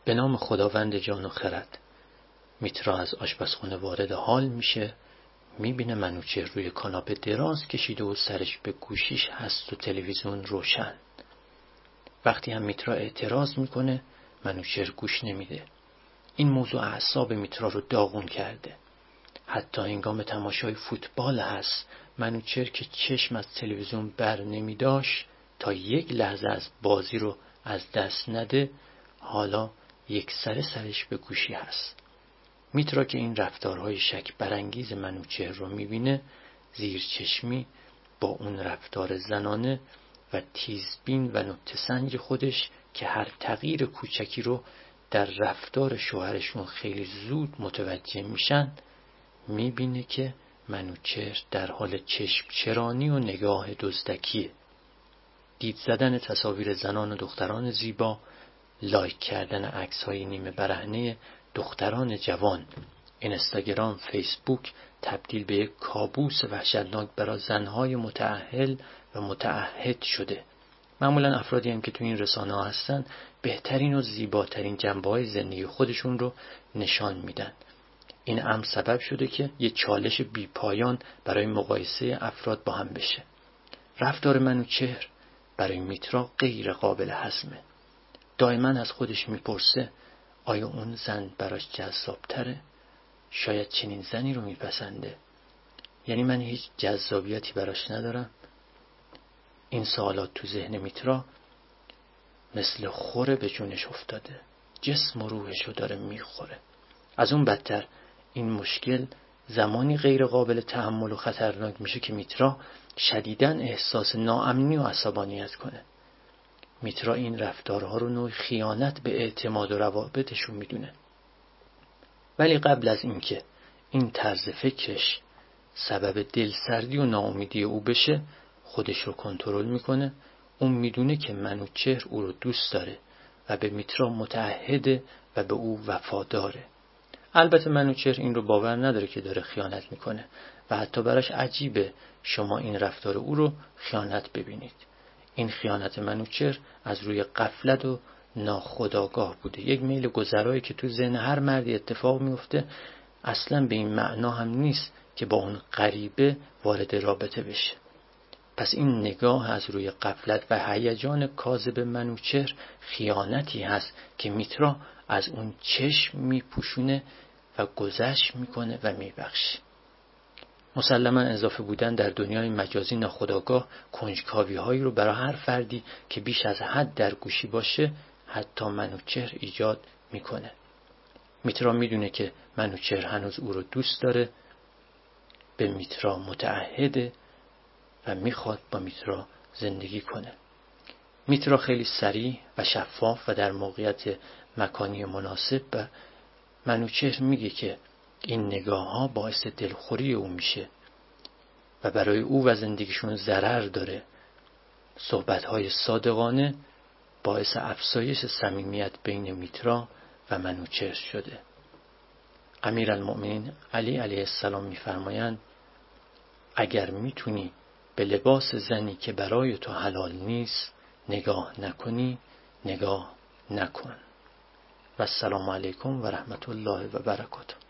به نام خداوند جان و خرد. میترا از آشپزخونه وارد حال میشه، میبینه منوچهر روی کاناپه دراز کشیده و سرش به گوشیش هست و تلویزیون روشن. وقتی هم میترا اعتراض میکنه، منوچهر گوش نمیده. این موضوع اعصاب میترا رو داغون کرده. حتی هنگام تماشای فوتبال هست، منوچهر که چشم از تلویزیون بر نمیداشت تا یک لحظه از بازی رو از دست نده، حالا یک سرش به گوشی هست. میترا که این رفتارهای شک برانگیز منوچهر رو میبینه، زیر چشمی با اون رفتار زنانه و تیزبین و نکته سنج خودش که هر تغییر کوچکی رو در رفتار شوهرشون خیلی زود متوجه میشن، میبینه که منوچهر در حال چشم چرانی و نگاه دزدکیه. دید زدن تصاویر زنان و دختران زیبا، لایک کردن عکس‌های نیمه برهنه دختران جوان، اینستاگرام، فیسبوک تبدیل به یک کابوس وحشتناک برای زنهای متأهل و متعهد شده. معمولا افرادی هم که تو این رسانه‌ها هستن بهترین و زیباترین جنبه‌های زندگی خودشون رو نشان میدن. این امر سبب شده که یه چالش بی پایان برای مقایسه افراد با هم بشه. رفتار منوچهر برای میترا غیر قابل هضمه. دائما از خودش میپرسه آیا اون زن براش جذابتره؟ شاید چنین زنی رو میپسنده. یعنی من هیچ جذابیتی براش ندارم؟ این سوالات تو ذهن میترا مثل خوره به جونش افتاده. جسم و روحشو داره میخوره. از اون بدتر این مشکل زمانی غیر قابل تحمل و خطرناک میشه که میترا شدیداً احساس ناامنی و عصبانیت کنه. میترا این رفتارها رو نوع خیانت به اعتماد و روابطشون میدونه. ولی قبل از اینکه این طرز فکرش سبب دلسردی و ناامیدی او بشه، خودش رو کنترل میکنه. اون میدونه که منوچهر او رو دوست داره و به میترا متعهده و به او وفاداره. البته منوچهر این رو باور نداره که داره خیانت میکنه و حتی براش عجیبه شما این رفتار او رو خیانت ببینید. این خیانت منوچهر از روی غفلت و ناخودآگاه بوده. یک میل گذرایی که تو ذهن هر مردی اتفاق میفته، اصلا به این معنا هم نیست که با اون غریبه وارد رابطه بشه. پس این نگاه از روی غفلت و هیجان کاذب منوچهر خیانتی هست که میترا از اون چشم میپوشونه و گذشت میکنه و میبخشه. مسلما اضافه بودن در دنیای مجازی ناخودآگاه کنجکاوی هایی رو برای هر فردی که بیش از حد در گوشی باشه، حتی منوچهر ایجاد میکنه. میترا میدونه که منوچهر هنوز او رو دوست داره، به میترا متعهده و میخواد با میترا زندگی کنه. میترا خیلی سریع و شفاف و در موقعیت مکانی مناسب به منوچهر میگه که این نگاه ها باعث دلخوری او میشه و برای او و زندگیشون ضرر داره. صحبت های صادقانه باعث افزایش صمیمیت بین میترا و منوچهر شده. امیرالمؤمنین علی علیه السلام میفرمایند اگر میتونی به لباس زنی که برای تو حلال نیست نگاه نکنی، نگاه نکن. و السلام علیکم و رحمت الله و برکاته.